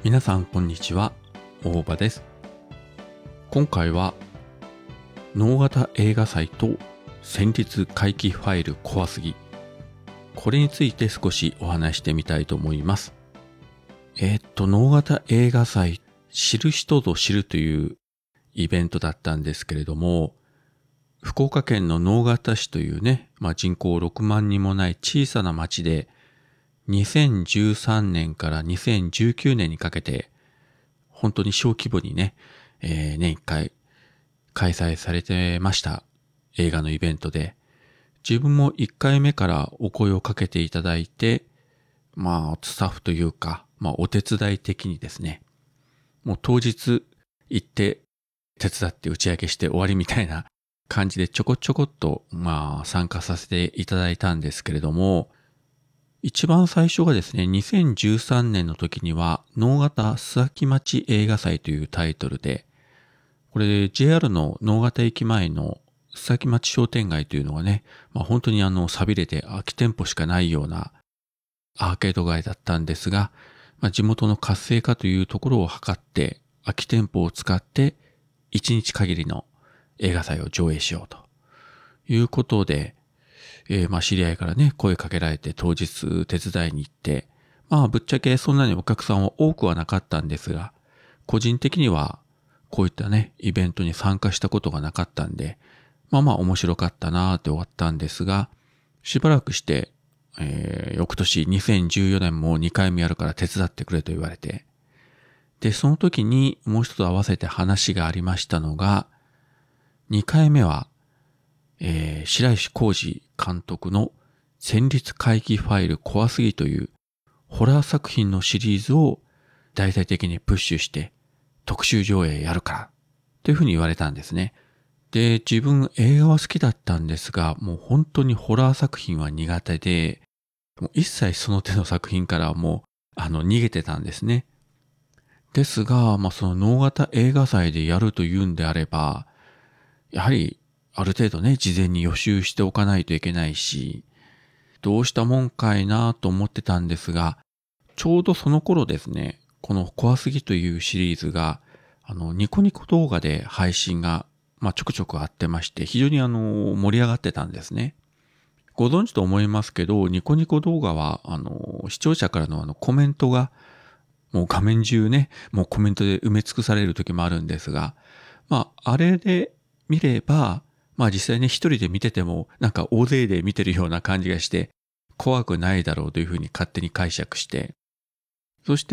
皆さんこんにちは、大場です。今回は能型映画祭と戦慄回帰ファイル怖すぎ、これについて少しお話してみたいと思います。能型映画祭、知る人ぞ知るというイベントだったんですけれども、福岡県の直方市というね、人口6万人もない小さな町で、2013年から2019年にかけて、本当に小規模にね、年1回開催されてました映画のイベントで、自分も1回目からお声をかけていただいて、スタッフというか、お手伝い的にですね、もう当日行って手伝って打ち上げして終わりみたいな感じでちょこちょこっと参加させていただいたんですけれども、一番最初がですね、2013年の時には直方須崎町映画祭というタイトルで、これ JR の直方駅前の須崎町商店街というのがね、本当に寂れて空き店舗しかないようなアーケード街だったんですが、地元の活性化というところを図って空き店舗を使って1日限りの映画祭を上映しようということで、知り合いからね、声かけられて当日手伝いに行って、ぶっちゃけそんなにお客さんは多くはなかったんですが、個人的にはこういったね、イベントに参加したことがなかったんで、面白かったなーって終わったんですが、しばらくして、翌年2014年も2回目やるから手伝ってくれと言われて、で、その時にもう一つ合わせて話がありましたのが、2回目は、白石浩二監督の戦慄回帰ファイル怖すぎというホラー作品のシリーズを大々的にプッシュして特集上映やるからというふうに言われたんですね。で、自分映画は好きだったんですが、もう本当にホラー作品は苦手で、もう一切その手の作品からはもう逃げてたんですね。ですが、その能型映画祭でやるというんであれば、やはりある程度ね、事前に予習しておかないといけないし、どうしたもんかいなと思ってたんですが、ちょうどその頃ですね、この怖すぎというシリーズが、ニコニコ動画で配信が、ちょくちょくあってまして、非常に盛り上がってたんですね。ご存知と思いますけど、ニコニコ動画は、視聴者からのコメントが、もう画面中ね、もうコメントで埋め尽くされる時もあるんですが、あれで見れば、実際ね、一人で見てても、なんか大勢で見てるような感じがして、怖くないだろうというふうに勝手に解釈して、そして、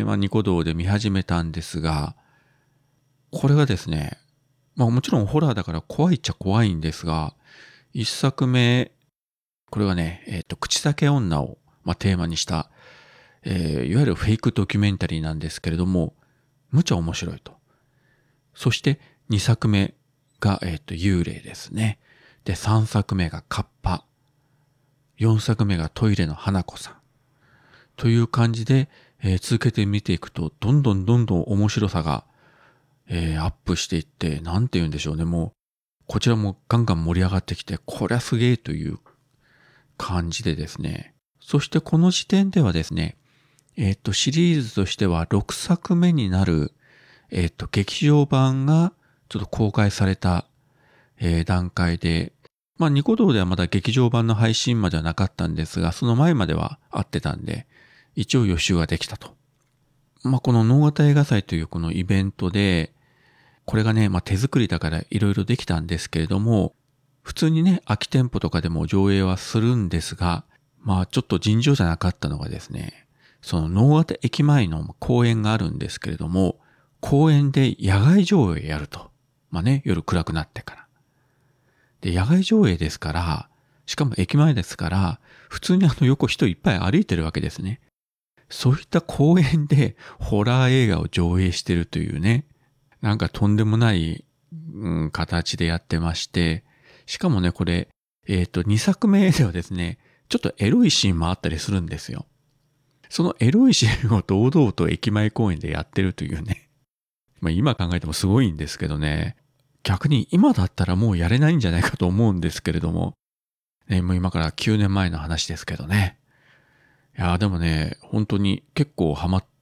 ニコ動で見始めたんですが、これがですね、もちろんホラーだから怖いっちゃ怖いんですが、一作目、これはね、口裂け女を、テーマにした、いわゆるフェイクドキュメンタリーなんですけれども、むちゃ面白いと。そして二作目が、幽霊ですね。で、三作目がカッパ。四作目がトイレの花子さん。という感じで、続けて見ていくと、どんどん面白さが、アップしていって、なんて言うんでしょうね。もう、こちらもガンガン盛り上がってきて、こりゃすげえという感じでですね。そしてこの時点ではですね、シリーズとしては6作目になる、劇場版がちょっと公開された、段階で、ニコ動ではまだ劇場版の配信まではなかったんですが、その前まではあってたんで、一応予習ができたと。この能型映画祭というこのイベントで、これがね、手作りだからいろいろできたんですけれども、普通にね、空き店舗とかでも上映はするんですが、ちょっと尋常じゃなかったのがですね、その能型駅前の公園があるんですけれども、公園で野外上映やると。夜暗くなってから。で、野外上映ですから、しかも駅前ですから、普通に横人いっぱい歩いてるわけですね。そういった公園でホラー映画を上映してるというね、なんかとんでもない、形でやってまして、しかもね、これ、2作目ではですね、ちょっとエロいシーンもあったりするんですよ。そのエロいシーンを堂々と駅前公園でやってるというね。今考えてもすごいんですけどね。逆に今だったらもうやれないんじゃないかと思うんですけれども。もう今から9年前の話ですけどね。いやでもね、本当に結構ハマっ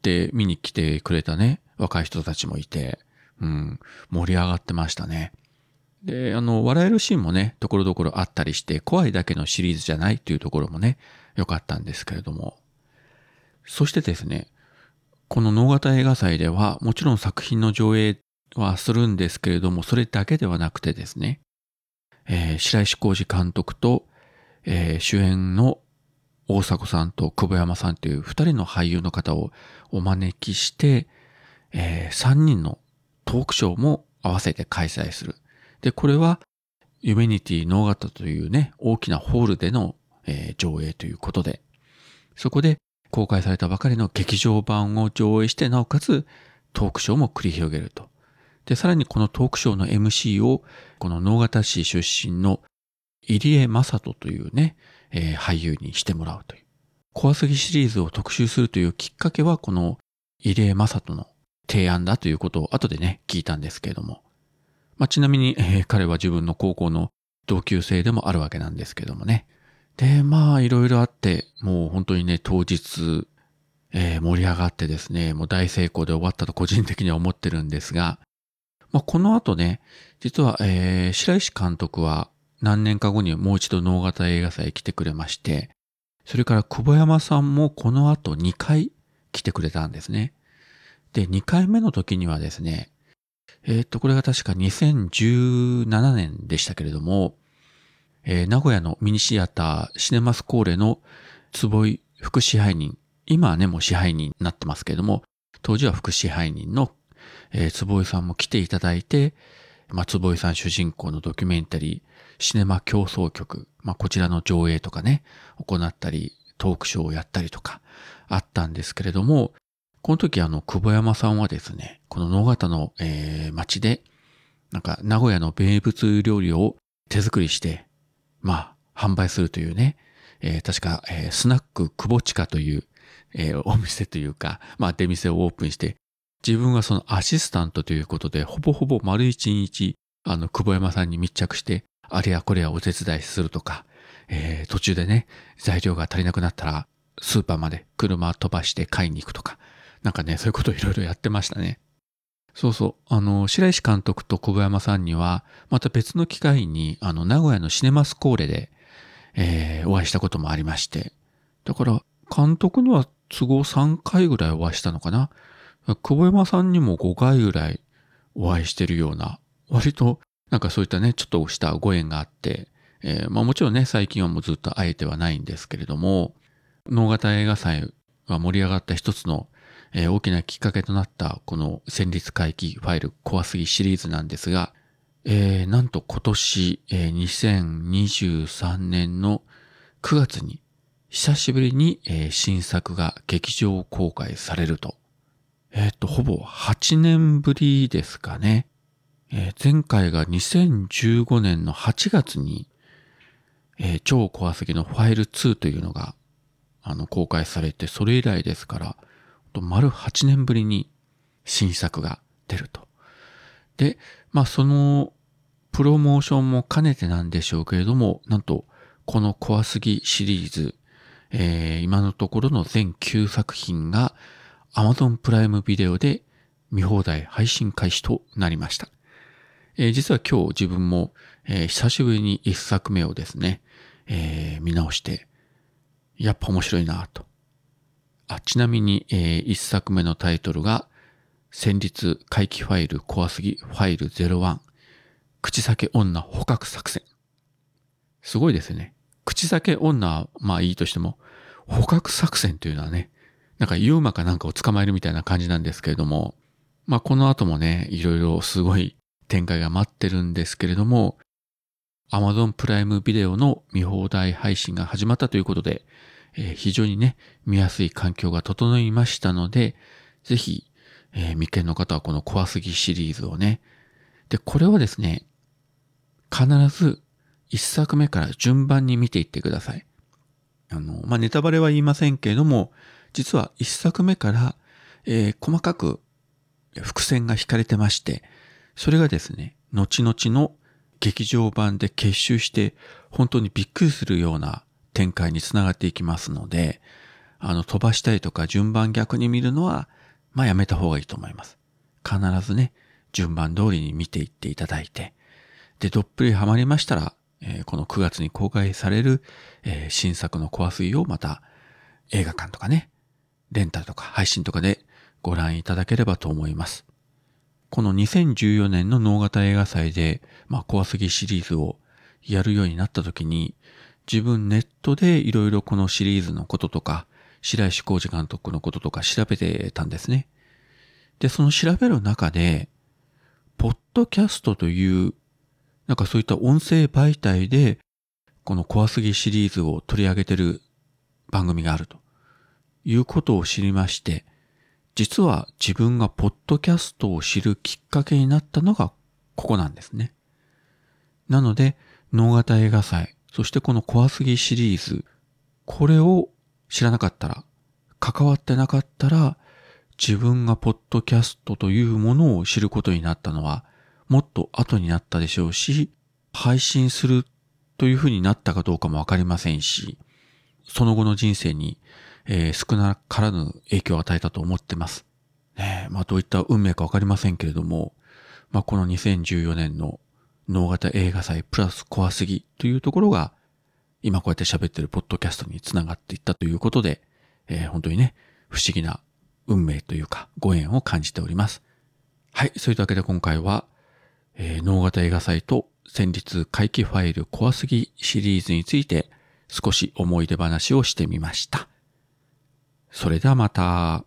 って見に来てくれたね、若い人たちもいて、盛り上がってましたね。で、笑えるシーンもね、ところどころあったりして、怖いだけのシリーズじゃないっていうところもね、良かったんですけれども。そしてですね、この能形映画祭では、もちろん作品の上映はするんですけれども、それだけではなくてですね、白石浩二監督と、主演の大迫さんと久保山さんという二人の俳優の方をお招きして、三人のトークショーも合わせて開催する。で、これはユメニティ能形というね、大きなホールでの、上映ということで、そこで公開されたばかりの劇場版を上映して、なおかつトークショーも繰り広げると。で、さらにこのトークショーの MC を、この直方市出身の入江正人というね、俳優にしてもらうという。怖すぎシリーズを特集するというきっかけは、この入江正人の提案だということを後でね、聞いたんですけれども。ちなみに、彼は自分の高校の同級生でもあるわけなんですけどもね。で、いろいろあって、もう本当にね、当日、盛り上がってですね、もう大成功で終わったと個人的には思ってるんですが、この後ね、実は、白石監督は何年か後にもう一度能形映画祭来てくれまして、それから久保山さんもこの後2回来てくれたんですね。で、2回目の時にはですね、これが確か2017年でしたけれども、名古屋のミニシアターシネマスコーレの坪井副支配人、今はねもう支配人になってますけれども、当時は副支配人の、坪井さんも来ていただいて、坪井さん主人公のドキュメンタリーシネマ競争曲、こちらの上映とかね行ったり、トークショーをやったりとかあったんですけれども、この時久保山さんはですね、この能形の、町でなんか名古屋の名物料理を手作りして販売するというね、確か、スナック久保地下という、お店というか、出店をオープンして、自分はそのアシスタントということで、ほぼほぼ丸一日、久保山さんに密着して、あれやこれやお手伝いするとか、途中でね、材料が足りなくなったら、スーパーまで車飛ばして買いに行くとか、なんかね、そういうことをいろいろやってましたね。そうそう。白石監督と久保山さんには、また別の機会に、名古屋のシネマスコーレで、お会いしたこともありまして。だから、監督には都合3回ぐらいお会いしたのかな。久保山さんにも5回ぐらいお会いしてるような、割と、なんかそういったね、ちょっとしたご縁があって、もちろんね、最近はもうずっと会えてはないんですけれども、能形映画祭が盛り上がった一つの大きなきっかけとなったこの戦慄回帰ファイル怖すぎシリーズなんですが、なんと今年、2023年の9月に久しぶりに、新作が劇場公開されると。ほぼ8年ぶりですかね。前回が2015年の8月に、超怖すぎのファイル2というのが公開されて、それ以来ですから、丸8年ぶりに新作が出ると。で、そのプロモーションも兼ねてなんでしょうけれども、なんとこの怖すぎシリーズ、今のところの全9作品が Amazon プライムビデオで見放題配信開始となりました。実は今日自分も、久しぶりに1作目をですね、見直して、やっぱ面白いなと。ちなみに、一作目のタイトルが、戦慄回帰ファイル怖すぎファイル01、口裂け女捕獲作戦。すごいですね。口裂け女はいいとしても、捕獲作戦というのはね、なんかユーマかなんかを捕まえるみたいな感じなんですけれども、この後もね、いろいろすごい展開が待ってるんですけれども、Amazon プライムビデオの見放題配信が始まったということで、非常にね、見やすい環境が整いましたので、ぜひ、未見の方はこの怖すぎシリーズをね。で、これはですね、必ず一作目から順番に見ていってください。ネタバレは言いませんけれども、実は一作目から、細かく伏線が引かれてまして、それがですね、後々の劇場版で結集して、本当にびっくりするような展開につながっていきますので、飛ばしたりとか順番逆に見るのはやめた方がいいと思います。必ずね、順番通りに見ていっていただいて、で、どっぷりハマりましたら、この9月に公開される、新作の怖すぎをまた映画館とかね、レンタルとか配信とかでご覧いただければと思います。この2014年の能型映画祭で、怖すぎシリーズをやるようになった時に、自分ネットでいろいろこのシリーズのこととか、白石浩二監督のこととか調べてたんですね。で、その調べる中で、ポッドキャストという、そういった音声媒体で、この怖すぎシリーズを取り上げてる番組があるということを知りまして、実は自分がポッドキャストを知るきっかけになったのがここなんですね。なので、能型映画祭、そしてこの怖すぎシリーズ、これを知らなかったら、関わってなかったら、自分がポッドキャストというものを知ることになったのは、もっと後になったでしょうし、配信するというふうになったかどうかもわかりませんし、その後の人生に、少なからぬ影響を与えたと思ってます。どういった運命かわかりませんけれども、この2014年の能型映画祭プラス怖すぎというところが、今こうやって喋ってるポッドキャストにつながっていったということで、本当にね、不思議な運命というかご縁を感じております。はい、そういうわけで今回は、能型映画祭と戦慄怪奇ファイル怖すぎシリーズについて少し思い出話をしてみました。それではまた。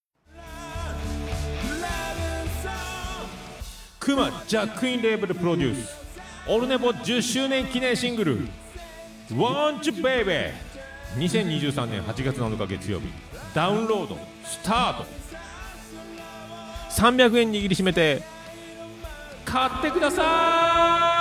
クマジャックインレーベルプロデュースオルネポ10周年記念シングル Want You Baby 2023年8月7日月曜日ダウンロードスタート。300円握りしめて買ってください。